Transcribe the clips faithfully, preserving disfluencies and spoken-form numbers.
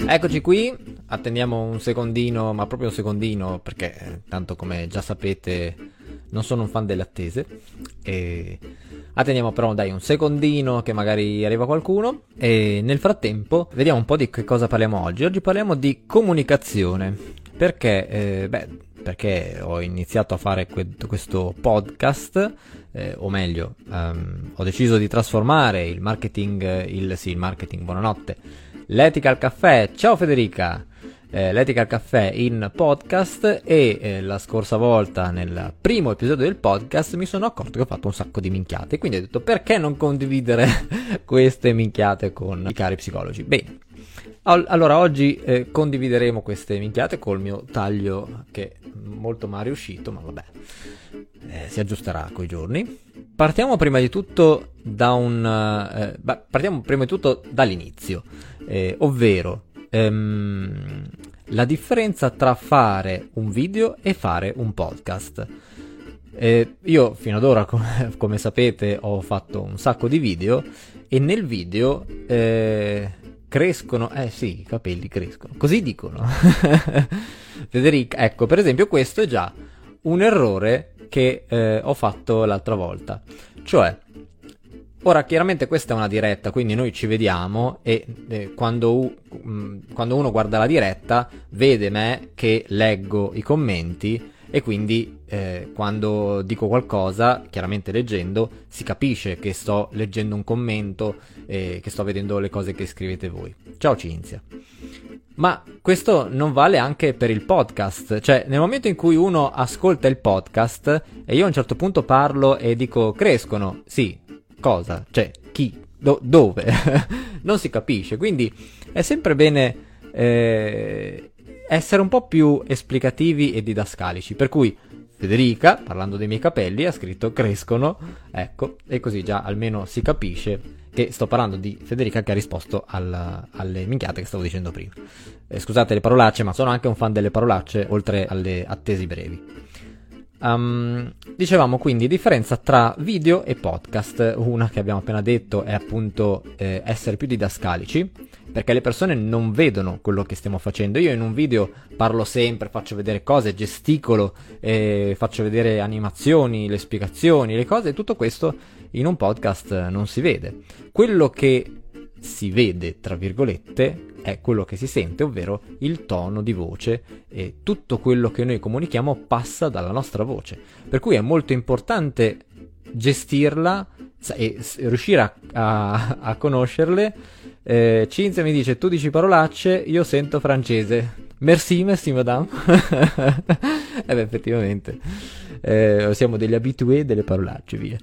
Eccoci qui, attendiamo un secondino, ma proprio un secondino, perché eh, tanto come già sapete non sono un fan delle attese. E attendiamo però dai un secondino che magari arriva qualcuno. E nel frattempo vediamo un po' di che cosa parliamo oggi. Oggi parliamo di comunicazione. Perché? Eh, beh, perché ho iniziato a fare que- questo podcast, eh, o meglio, um, ho deciso di trasformare il marketing, il sì, il marketing, buonanotte, l'etica al caffè, ciao Federica, eh, l'etica al caffè in podcast e eh, la scorsa volta nel primo episodio del podcast mi sono accorto che ho fatto un sacco di minchiate, quindi ho detto perché non condividere queste minchiate con i cari psicologi. Bene, allora oggi eh, condivideremo queste minchiate col mio taglio che molto mi è riuscito, ma vabbè, eh, si aggiusterà coi giorni. Partiamo prima di tutto da un eh, beh, partiamo prima di tutto dall'inizio, eh, ovvero ehm, la differenza tra fare un video e fare un podcast. Eh, io fino ad ora, come, come sapete, ho fatto un sacco di video e nel video eh, crescono, eh sì, i capelli crescono, così dicono. Federica, ecco, per esempio questo è già un errore che eh, ho fatto l'altra volta, cioè ora chiaramente questa è una diretta, quindi noi ci vediamo e eh, quando, u- mh, quando uno guarda la diretta vede me che leggo i commenti e quindi eh, quando dico qualcosa, chiaramente leggendo, si capisce che sto leggendo un commento e che sto vedendo le cose che scrivete voi. Ciao Cinzia. Ma questo non vale anche per il podcast, cioè nel momento in cui uno ascolta il podcast e io a un certo punto parlo e dico crescono, sì, cosa? Cioè chi? Do- dove? Non si capisce, quindi è sempre bene eh, essere un po' più esplicativi e didascalici, per cui Federica, parlando dei miei capelli, ha scritto crescono, ecco, e così già almeno si capisce che sto parlando di Federica che ha risposto alla, alle minchiate che stavo dicendo prima. Eh, scusate le parolacce, ma sono anche un fan delle parolacce, oltre alle attesi brevi. Um, dicevamo quindi differenza tra video e podcast. Una che abbiamo appena detto è appunto eh, essere più didascalici, perché le persone non vedono quello che stiamo facendo. Io in un video parlo sempre, faccio vedere cose, gesticolo, eh, faccio vedere animazioni, le spiegazioni, le cose, e tutto questo in un podcast non si vede. Quello che si vede, tra virgolette, è quello che si sente, ovvero il tono di voce, e tutto quello che noi comunichiamo passa dalla nostra voce, per cui è molto importante gestirla e riuscire a, a, a conoscerle. eh, Cinzia mi dice tu dici parolacce, io sento francese. Merci, merci madame. E beh, effettivamente eh, siamo degli abitué delle parolacce, via.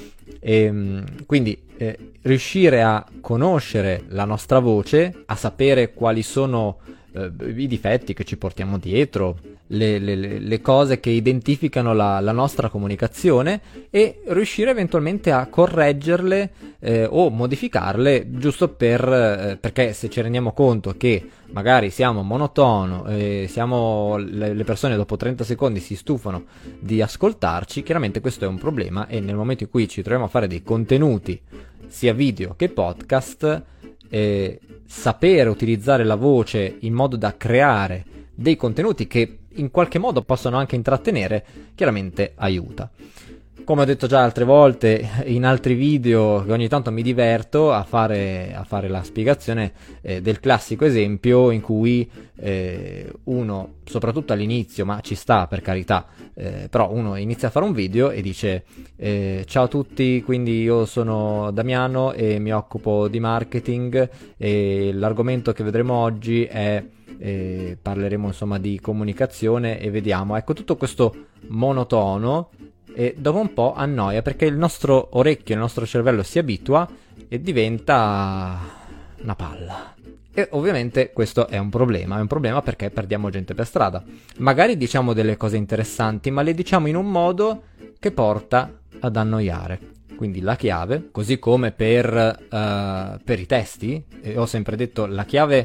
E, quindi eh, riuscire a conoscere la nostra voce, a sapere quali sono eh, i difetti che ci portiamo dietro, le, le, le cose che identificano la, la nostra comunicazione, e riuscire eventualmente a correggerle eh, o modificarle, giusto per eh, perché se ci rendiamo conto che magari siamo monotono, eh, siamo le, le persone dopo trenta secondi si stufano di ascoltarci, chiaramente questo è un problema, e nel momento in cui ci troviamo a fare dei contenuti sia video che podcast, eh, sapere utilizzare la voce in modo da creare dei contenuti che in qualche modo possono anche intrattenere, chiaramente aiuta. Come ho detto già altre volte in altri video, che ogni tanto mi diverto a fare, a fare la spiegazione eh, del classico esempio in cui eh, uno, soprattutto all'inizio, ma ci sta per carità, eh, però uno inizia a fare un video e dice eh, ciao a tutti, quindi io sono Damiano e mi occupo di marketing e l'argomento che vedremo oggi è eh, parleremo insomma di comunicazione e vediamo, ecco, tutto questo monotono. E dopo un po' annoia, perché il nostro orecchio, il nostro cervello si abitua e diventa una palla. E ovviamente questo è un problema, è un problema perché perdiamo gente per strada. Magari diciamo delle cose interessanti, ma le diciamo in un modo che porta ad annoiare. Quindi la chiave, così come per, uh, per i testi, e ho sempre detto la chiave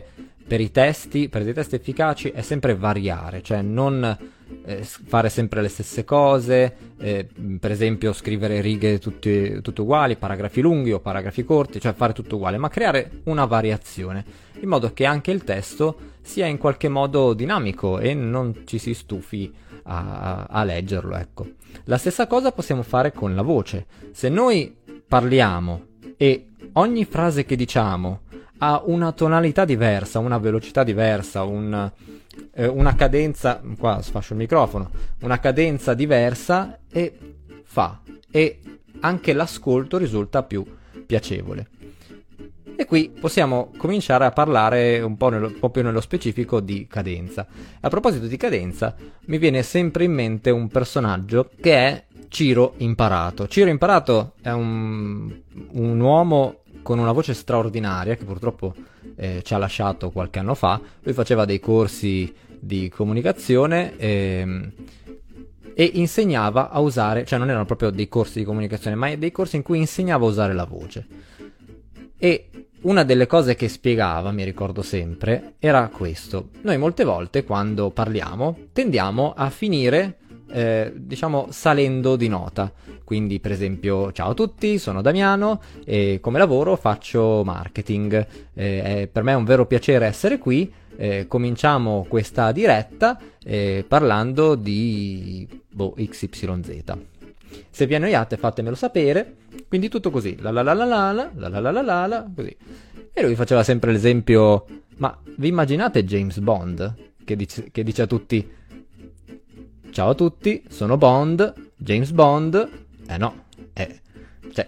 per i testi, per dei testi efficaci, è sempre variare, cioè non eh, fare sempre le stesse cose, eh, per esempio scrivere righe tutte, tutte uguali, paragrafi lunghi o paragrafi corti, cioè fare tutto uguale, ma creare una variazione, in modo che anche il testo sia in qualche modo dinamico e non ci si stufi a, a leggerlo, ecco. La stessa cosa possiamo fare con la voce. Se noi parliamo e ogni frase che diciamo ha una tonalità diversa, una velocità diversa, un, eh, una cadenza, qua sfascio il microfono, una cadenza diversa, e fa, e anche l'ascolto risulta più piacevole. E qui possiamo cominciare a parlare un po', nello, un po' più nello specifico di cadenza. A proposito di cadenza, mi viene sempre in mente un personaggio che è Ciro Imparato. Ciro Imparato è un, un uomo con una voce straordinaria che purtroppo eh, ci ha lasciato qualche anno fa. Lui faceva dei corsi di comunicazione e, e insegnava a usare, cioè non erano proprio dei corsi di comunicazione, ma dei corsi in cui insegnava a usare la voce. E una delle cose che spiegava, mi ricordo sempre, era questo: noi molte volte quando parliamo tendiamo a finire Eh, diciamo salendo di nota. Quindi per esempio: ciao a tutti, sono Damiano e come lavoro faccio marketing, eh, è, per me è un vero piacere essere qui, eh, cominciamo questa diretta eh, parlando di boh, X Y Z. Se vi annoiate fatemelo sapere. Quindi tutto così, la la la la la la la la la la la, così. E lui faceva sempre l'esempio: ma vi immaginate James Bond che dice, che dice a tutti: ciao a tutti, sono Bond, James Bond? Eh no, eh, cioè,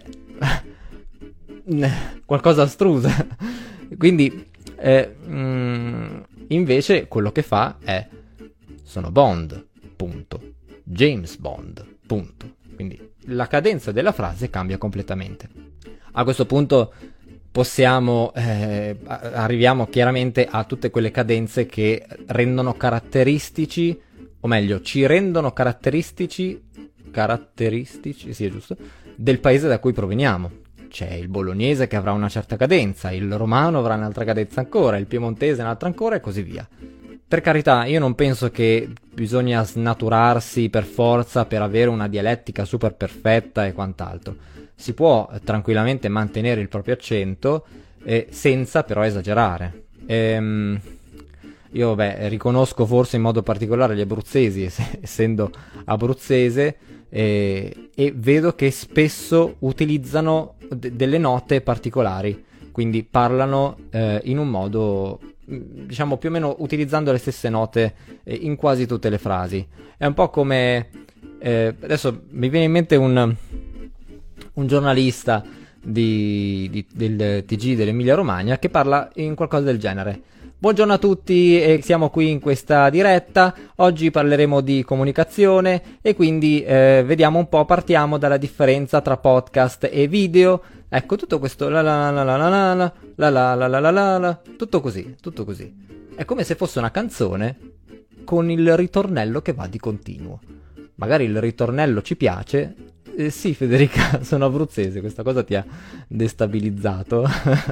qualcosa astrusa. Quindi, eh, mh, invece, quello che fa è: sono Bond, punto. James Bond, punto. Quindi la cadenza della frase cambia completamente. A questo punto possiamo, eh, arriviamo chiaramente a tutte quelle cadenze che rendono caratteristici, o meglio, ci rendono caratteristici, caratteristici, sì è giusto, del paese da cui proveniamo. C'è il bolognese che avrà una certa cadenza, il romano avrà un'altra cadenza ancora, il piemontese un'altra ancora e così via. Per carità, io non penso che bisogna snaturarsi per forza per avere una dialettica super perfetta e quant'altro. Si può tranquillamente mantenere il proprio accento eh, senza però esagerare. Ehm... Io beh, riconosco forse in modo particolare gli abruzzesi, ess- essendo abruzzese, eh, e vedo che spesso utilizzano d- delle note particolari, quindi parlano eh, in un modo, diciamo più o meno utilizzando le stesse note eh, in quasi tutte le frasi. È un po' come, eh, adesso mi viene in mente un, un giornalista di, di, del T G dell'Emilia Romagna che parla in qualcosa del genere. Buongiorno a tutti e siamo qui in questa diretta. Oggi parleremo di comunicazione e quindi eh, vediamo un po', partiamo dalla differenza tra podcast e video. Ecco, tutto questo la la la la la la la la la la la la la, tutto così, tutto così. È come se fosse una canzone con il ritornello che va di continuo. Magari il ritornello ci piace. Eh, sì, Federica, sono abruzzese, questa cosa ti ha destabilizzato.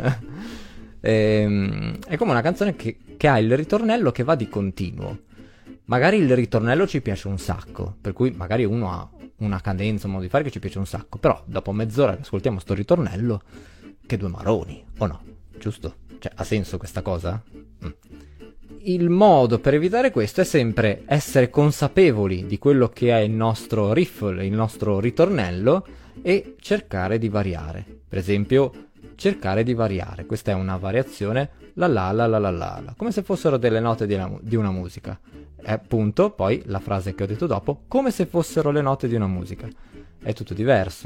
Ehm, è come una canzone che, che ha il ritornello che va di continuo. Magari il ritornello ci piace un sacco, per cui magari uno ha una cadenza, un modo di fare che ci piace un sacco, però dopo mezz'ora che ascoltiamo sto ritornello, che due maroni, o no? Giusto? Cioè, ha senso questa cosa? Mm. Il modo per evitare questo è sempre essere consapevoli di quello che è il nostro riffle, il nostro ritornello, e cercare di variare. Per esempio, cercare di variare. Questa è una variazione, la la la la la la, la, come se fossero delle note di una, di una musica. E appunto, poi la frase che ho detto dopo, come se fossero le note di una musica. È tutto diverso.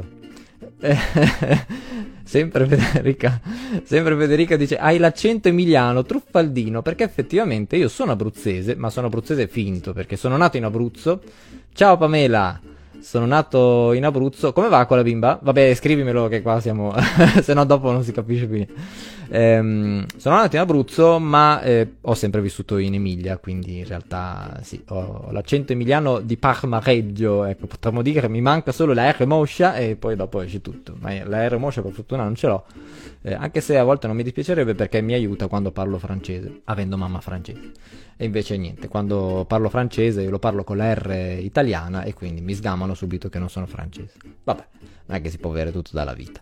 sempre Federica, sempre Federica dice: hai l'accento emiliano, truffaldino, perché effettivamente io sono abruzzese, ma sono abruzzese finto, perché sono nato in Abruzzo. Ciao Pamela! sono nato in Abruzzo. Come va con la bimba? Vabbè, scrivimelo che qua siamo, se no dopo non si capisce più niente. Ehm, sono nato in Abruzzo, ma eh, ho sempre vissuto in Emilia, quindi in realtà sì, ho l'accento emiliano di Parma-Reggio, ecco, potremmo dire, mi manca solo la R moscia e poi dopo esce tutto, ma la R moscia per fortuna non ce l'ho, eh, anche se a volte non mi dispiacerebbe perché mi aiuta quando parlo francese, avendo mamma francese, e invece niente, quando parlo francese io lo parlo con la R italiana e quindi mi sgamano subito che non sono francese. Vabbè, non è che si può avere tutto dalla vita.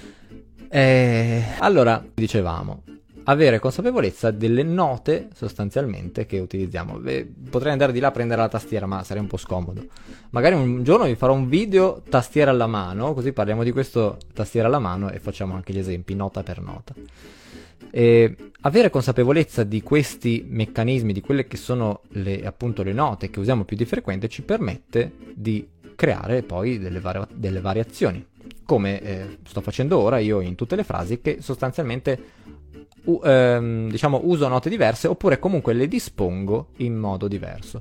Eh, allora, dicevamo, avere consapevolezza delle note sostanzialmente che utilizziamo. Beh, potrei andare di là a prendere la tastiera, ma sarebbe un po' scomodo. Magari un giorno vi farò un video tastiera alla mano, così parliamo di questo tastiera alla mano e facciamo anche gli esempi nota per nota. E avere consapevolezza di questi meccanismi, di quelle che sono le, appunto le note che usiamo più di frequente, ci permette di creare poi delle, vari- delle variazioni. Come eh, sto facendo ora io in tutte le frasi che sostanzialmente u- ehm, diciamo uso note diverse oppure comunque le dispongo in modo diverso.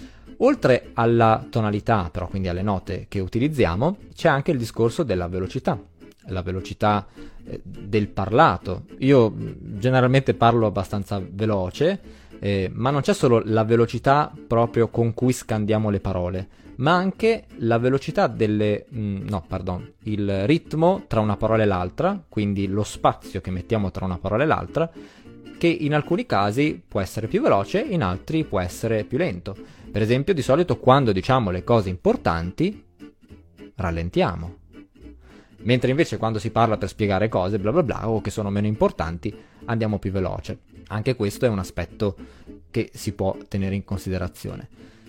Oltre alla tonalità, però, quindi alle note che utilizziamo, c'è anche il discorso della velocità, la velocità eh, del parlato. Io generalmente parlo abbastanza veloce, eh, ma non c'è solo la velocità proprio con cui scandiamo le parole, ma anche la velocità delle... Mh, no, pardon, il ritmo tra una parola e l'altra, quindi lo spazio che mettiamo tra una parola e l'altra, che in alcuni casi può essere più veloce, in altri può essere più lento. Per esempio, di solito quando diciamo le cose importanti, rallentiamo. Mentre invece quando si parla per spiegare cose, bla bla bla, o che sono meno importanti, andiamo più veloce. Anche questo è un aspetto che si può tenere in considerazione.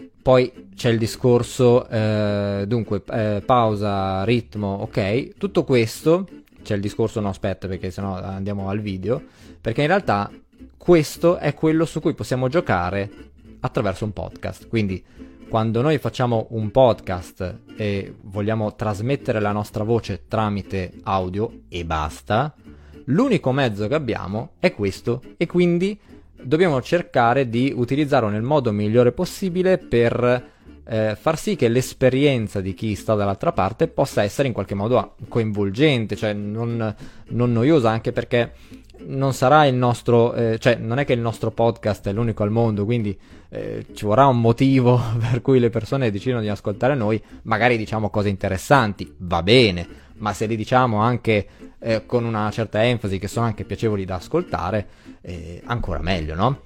Poi c'è il discorso, eh, dunque, eh, pausa, ritmo, ok, tutto questo, c'è il discorso, no aspetta perché sennò andiamo al video, perché in realtà questo è quello su cui possiamo giocare attraverso un podcast, quindi quando noi facciamo un podcast e vogliamo trasmettere la nostra voce tramite audio e basta, l'unico mezzo che abbiamo è questo e quindi dobbiamo cercare di utilizzarlo nel modo migliore possibile per eh, far sì che l'esperienza di chi sta dall'altra parte possa essere in qualche modo coinvolgente, cioè non, non noiosa, anche perché non sarà il nostro, eh, cioè non è che il nostro podcast è l'unico al mondo, quindi eh, ci vorrà un motivo per cui le persone decidono di ascoltare noi, magari diciamo cose interessanti, va bene, ma se li diciamo anche eh, con una certa enfasi che sono anche piacevoli da ascoltare, eh, ancora meglio, no?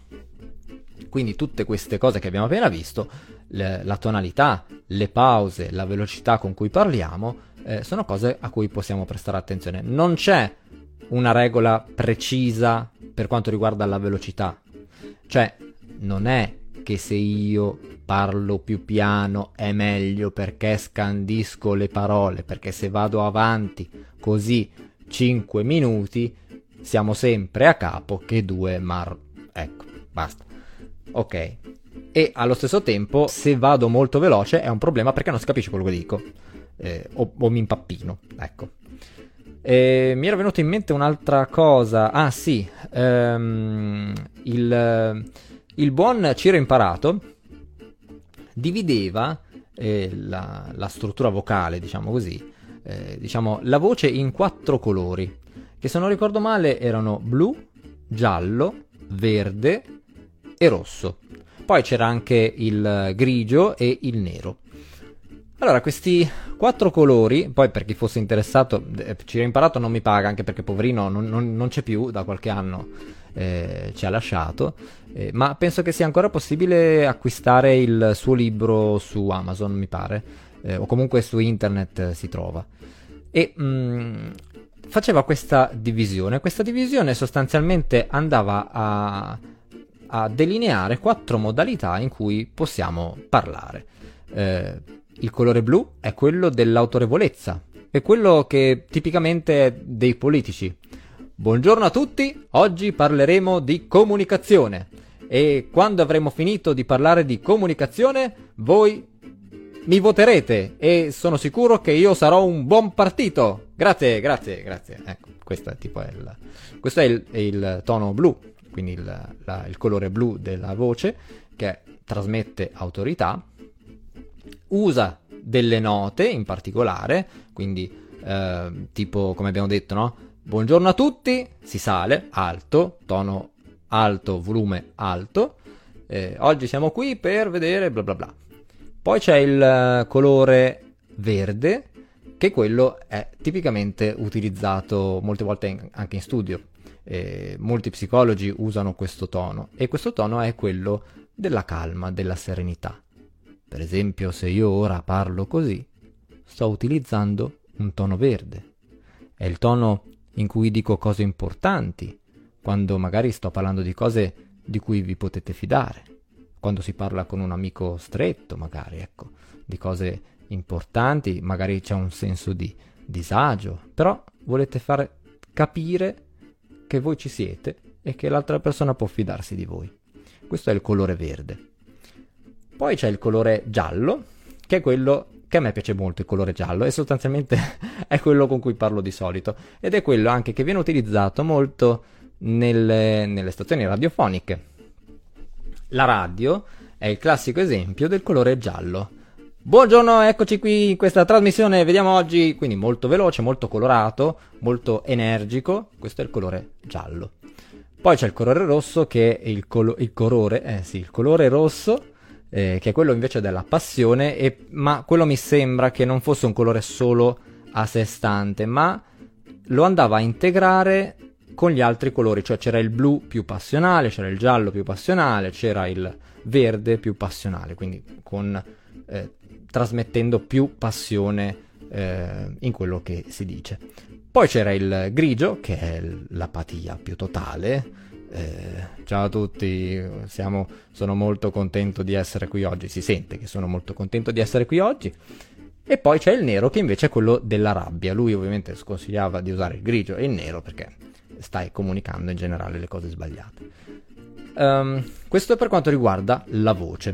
Quindi tutte queste cose che abbiamo appena visto, le, la tonalità, le pause, la velocità con cui parliamo, eh, sono cose a cui possiamo prestare attenzione. Non c'è una regola precisa per quanto riguarda la velocità, cioè non è che se io parlo più piano è meglio perché scandisco le parole, perché se vado avanti così cinque minuti siamo sempre a capo che due mar... ecco, basta. Ok. E allo stesso tempo se vado molto veloce è un problema perché non si capisce quello che dico, eh, o, o mi impappino, ecco. E mi era venuto in mente un'altra cosa. Ah sì, ehm, il, il buon Ciro Imparato divideva eh, la, la struttura vocale, diciamo così, eh, diciamo la voce in quattro colori, che se non ricordo male erano blu, giallo, verde e rosso. Poi c'era anche il grigio e il nero. Allora, questi quattro colori, poi per chi fosse interessato, eh, Ciro Imparato non mi paga, anche perché poverino non, non, non c'è più, da qualche anno eh, ci ha lasciato, eh, ma penso che sia ancora possibile acquistare il suo libro su Amazon, mi pare, eh, o comunque su internet eh, si trova. E mh, faceva questa divisione, questa divisione sostanzialmente andava a, a delineare quattro modalità in cui possiamo parlare. Eh, Il colore blu è quello dell'autorevolezza, è quello che tipicamente è dei politici. Buongiorno a tutti, oggi parleremo di comunicazione e quando avremo finito di parlare di comunicazione voi mi voterete e sono sicuro che io sarò un buon partito. Grazie, grazie, grazie. Ecco, questo è tipo il, questo è il, è il tono blu, quindi il, la, il colore blu della voce che trasmette autorità. Usa delle note in particolare, quindi eh, tipo come abbiamo detto, no? Buongiorno a tutti, si sale, alto, tono alto, volume alto, eh, oggi siamo qui per vedere bla bla bla. Poi c'è il colore verde, che quello è tipicamente utilizzato molte volte in, anche in studio. Eh, molti psicologi usano questo tono, e questo tono è quello della calma, della serenità. Per esempio, se io ora parlo così, sto utilizzando un tono verde. È il tono in cui dico cose importanti, quando magari sto parlando di cose di cui vi potete fidare, quando si parla con un amico stretto, magari, ecco, di cose importanti, magari c'è un senso di disagio, però volete fare capire che voi ci siete e che l'altra persona può fidarsi di voi. Questo è il colore verde. Poi c'è il colore giallo, che è quello che a me piace molto, il colore giallo, e sostanzialmente è quello con cui parlo di solito, ed è quello anche che viene utilizzato molto nelle, nelle stazioni radiofoniche. La radio è il classico esempio del colore giallo. Buongiorno, eccoci qui in questa trasmissione, vediamo oggi, quindi molto veloce, molto colorato, molto energico, questo è il colore giallo. Poi c'è il colore rosso, che è il, colo- il colore, eh sì, il colore rosso, eh, che è quello invece della passione, e, ma quello mi sembra che non fosse un colore solo a sé stante, ma lo andava a integrare con gli altri colori, cioè c'era il blu più passionale, c'era il giallo più passionale, c'era il verde più passionale, quindi con eh, trasmettendo più passione eh, in quello che si dice. Poi c'era il grigio, che è l'apatia più totale. Eh, ciao a tutti, siamo, sono molto contento di essere qui oggi, si sente che sono molto contento di essere qui oggi. E poi c'è il nero, che invece è quello della rabbia. Lui ovviamente sconsigliava di usare il grigio e il nero perché stai comunicando in generale le cose sbagliate. Um, questo è per quanto riguarda la voce.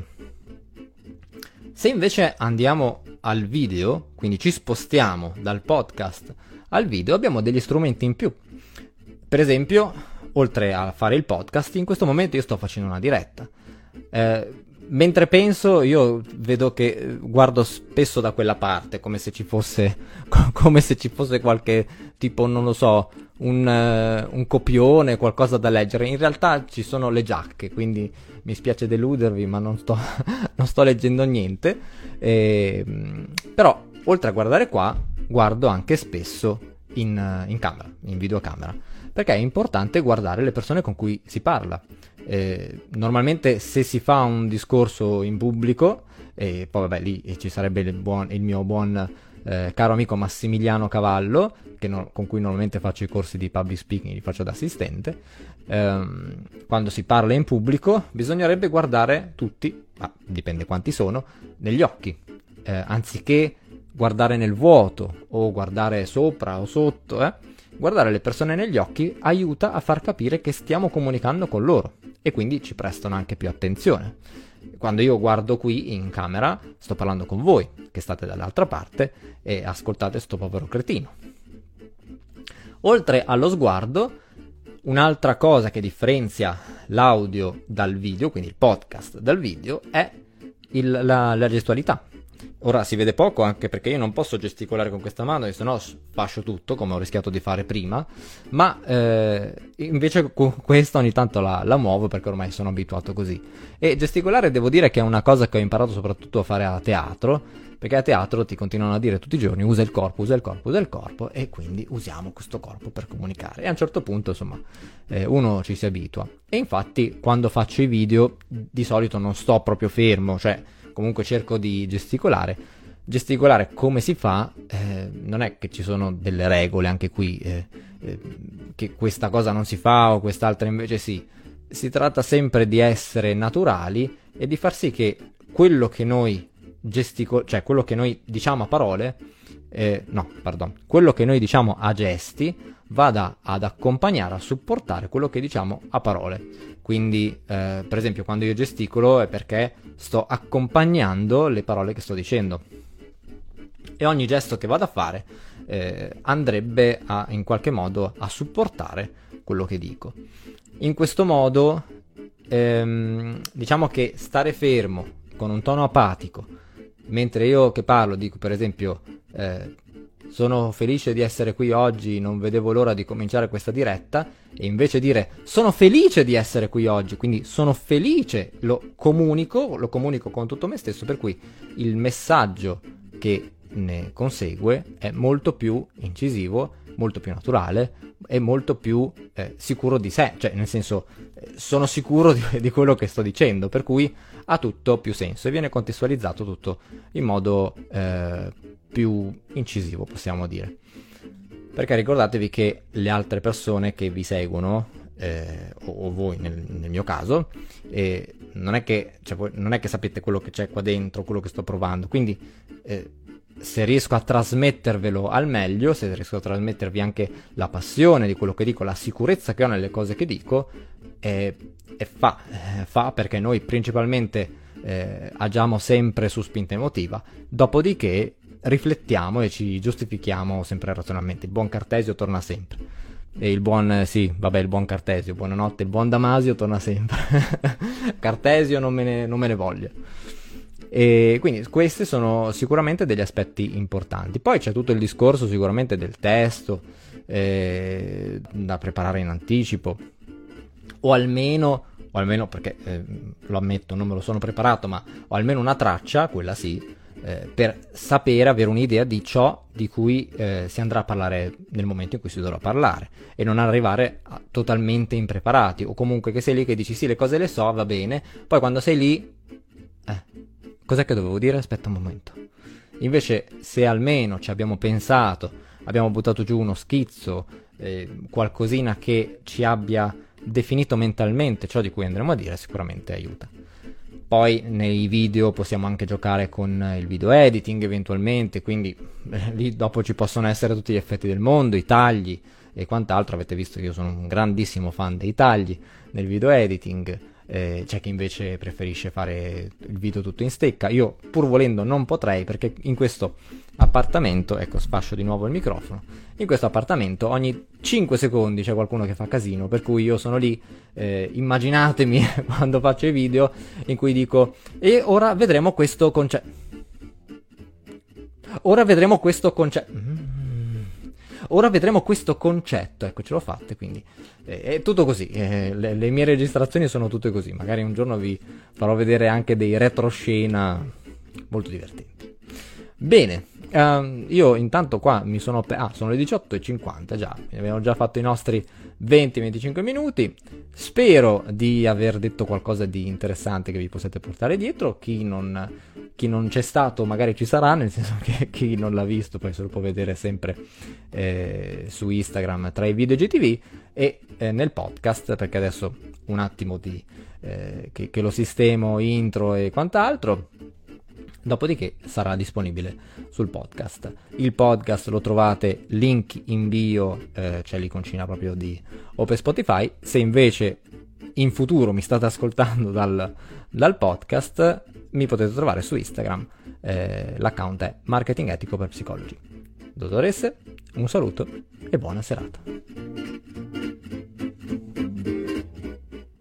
Se invece andiamo al video, quindi ci spostiamo dal podcast al video, abbiamo degli strumenti in più. Per esempio, oltre a fare il podcast, in questo momento io sto facendo una diretta. Eh, mentre penso, io vedo che guardo spesso da quella parte, come se ci fosse, come se ci fosse qualche tipo, non lo so, un, uh, un copione, qualcosa da leggere. In realtà ci sono le giacche, quindi mi spiace deludervi, ma non sto, non sto leggendo niente. E, però, oltre a guardare qua, guardo anche spesso in, in camera, in videocamera, perché è importante guardare le persone con cui si parla. Eh, normalmente se si fa un discorso in pubblico, e poi vabbè lì ci sarebbe il, buon, il mio buon eh, caro amico Massimiliano Cavallo, che no, con cui normalmente faccio i corsi di public speaking, li faccio da assistente. Ehm, quando si parla in pubblico bisognerebbe guardare tutti, ah, dipende quanti sono, negli occhi, eh, anziché guardare nel vuoto o guardare sopra o sotto, eh? Guardare le persone negli occhi aiuta a far capire che stiamo comunicando con loro e quindi ci prestano anche più attenzione. Quando io guardo qui in camera sto parlando con voi che state dall'altra parte e ascoltate sto povero cretino. Oltre allo sguardo, un'altra cosa che differenzia l'audio dal video, quindi il podcast dal video, è il, la, la gestualità. Ora si vede poco anche perché io non posso gesticolare con questa mano, se no sfascio tutto come ho rischiato di fare prima, ma eh, invece con questa ogni tanto la, la muovo perché ormai sono abituato così. E gesticolare devo dire che è una cosa che ho imparato soprattutto a fare a teatro, perché a teatro ti continuano a dire tutti i giorni usa il corpo, usa il corpo, usa il corpo, e quindi usiamo questo corpo per comunicare, e a un certo punto insomma eh, uno ci si abitua. E infatti quando faccio i video di solito non sto proprio fermo, cioè comunque cerco di gesticolare. Gesticolare come si fa? Eh, non è che ci sono delle regole anche qui, eh, eh, che questa cosa non si fa o quest'altra invece sì. Si tratta sempre di essere naturali e di far sì che quello che noi gestico- cioè quello che noi diciamo a parole, eh, no, pardon, quello che noi diciamo a gesti vada ad accompagnare, a supportare quello che diciamo a parole. Quindi, eh, per esempio, quando io gesticolo è perché sto accompagnando le parole che sto dicendo. E ogni gesto che vado a fare eh, andrebbe a, in qualche modo a supportare quello che dico. In questo modo, ehm, diciamo che stare fermo con un tono apatico mentre io che parlo dico per esempio eh, sono felice di essere qui oggi, non vedevo l'ora di cominciare questa diretta, e invece dire sono felice di essere qui oggi, quindi sono felice, lo comunico, lo comunico con tutto me stesso, per cui il messaggio che ne consegue è molto più incisivo, molto più naturale e molto più eh, sicuro di sé, cioè nel senso eh, sono sicuro di, di quello che sto dicendo, per cui ha tutto più senso e viene contestualizzato tutto in modo eh, più incisivo, possiamo dire. Perché ricordatevi che le altre persone che vi seguono, eh, o, o voi nel, nel mio caso, eh, non è che cioè, voi, non è che sapete quello che c'è qua dentro, quello che sto provando, quindi eh, se riesco a trasmettervelo al meglio, se riesco a trasmettervi anche la passione di quello che dico, la sicurezza che ho nelle cose che dico, eh, e fa, eh, fa perché noi principalmente eh, agiamo sempre su spinta emotiva, dopodiché riflettiamo e ci giustifichiamo sempre razionalmente. Il buon Cartesio torna sempre, e il buon, sì, vabbè, il buon Cartesio, buonanotte, il buon Damasio torna sempre. Cartesio non me ne, non me ne voglia. E quindi questi sono sicuramente degli aspetti importanti. Poi c'è tutto il discorso sicuramente del testo eh, da preparare in anticipo, o almeno o almeno perché eh, lo ammetto, non me lo sono preparato, ma ho almeno una traccia, quella sì, eh, per sapere, avere un'idea di ciò di cui eh, si andrà a parlare nel momento in cui si dovrà parlare, e non arrivare a, totalmente impreparati, o comunque che sei lì che dici sì, le cose le so, va bene, poi quando sei lì eh, cos'è che dovevo dire? Aspetta un momento. Invece se almeno ci abbiamo pensato, abbiamo buttato giù uno schizzo, eh, qualcosina che ci abbia definito mentalmente ciò di cui andremo a dire, sicuramente aiuta. Poi nei video possiamo anche giocare con il video editing eventualmente, quindi eh, lì dopo ci possono essere tutti gli effetti del mondo, i tagli e quant'altro. Avete visto che io sono un grandissimo fan dei tagli nel video editing. Eh, c'è chi invece preferisce fare il video tutto in stecca. Io pur volendo non potrei, perché in questo appartamento, ecco, sfascio di nuovo il microfono, in questo appartamento ogni cinque secondi c'è qualcuno che fa casino, per cui io sono lì, eh, immaginatemi quando faccio i video in cui dico e ora vedremo questo concetto ora vedremo questo concetto mm. Ora vedremo questo concetto, ecco, ce l'ho fatta, quindi eh, è tutto così, eh, le, le mie registrazioni sono tutte così, magari un giorno vi farò vedere anche dei retroscena molto divertenti. Bene, uh, io intanto qua mi sono... Pe- ah, sono le diciotto e cinquanta già, abbiamo già fatto i nostri venti venticinque minuti, spero di aver detto qualcosa di interessante che vi potete portare dietro. Chi non, chi non c'è stato magari ci sarà, nel senso che chi non l'ha visto poi se lo può vedere sempre eh, su Instagram tra i video G T V e eh, nel podcast, perché adesso un attimo di eh, che, che lo sistemo, intro e quant'altro. Dopodiché sarà disponibile sul podcast. Il podcast lo trovate, link in bio, eh, c'è l'iconcina proprio di Open Spotify. Se invece in futuro mi state ascoltando dal, dal podcast, mi potete trovare su Instagram. Eh, l'account è Marketing Etico per Psicologi. Dottoresse, un saluto e buona serata.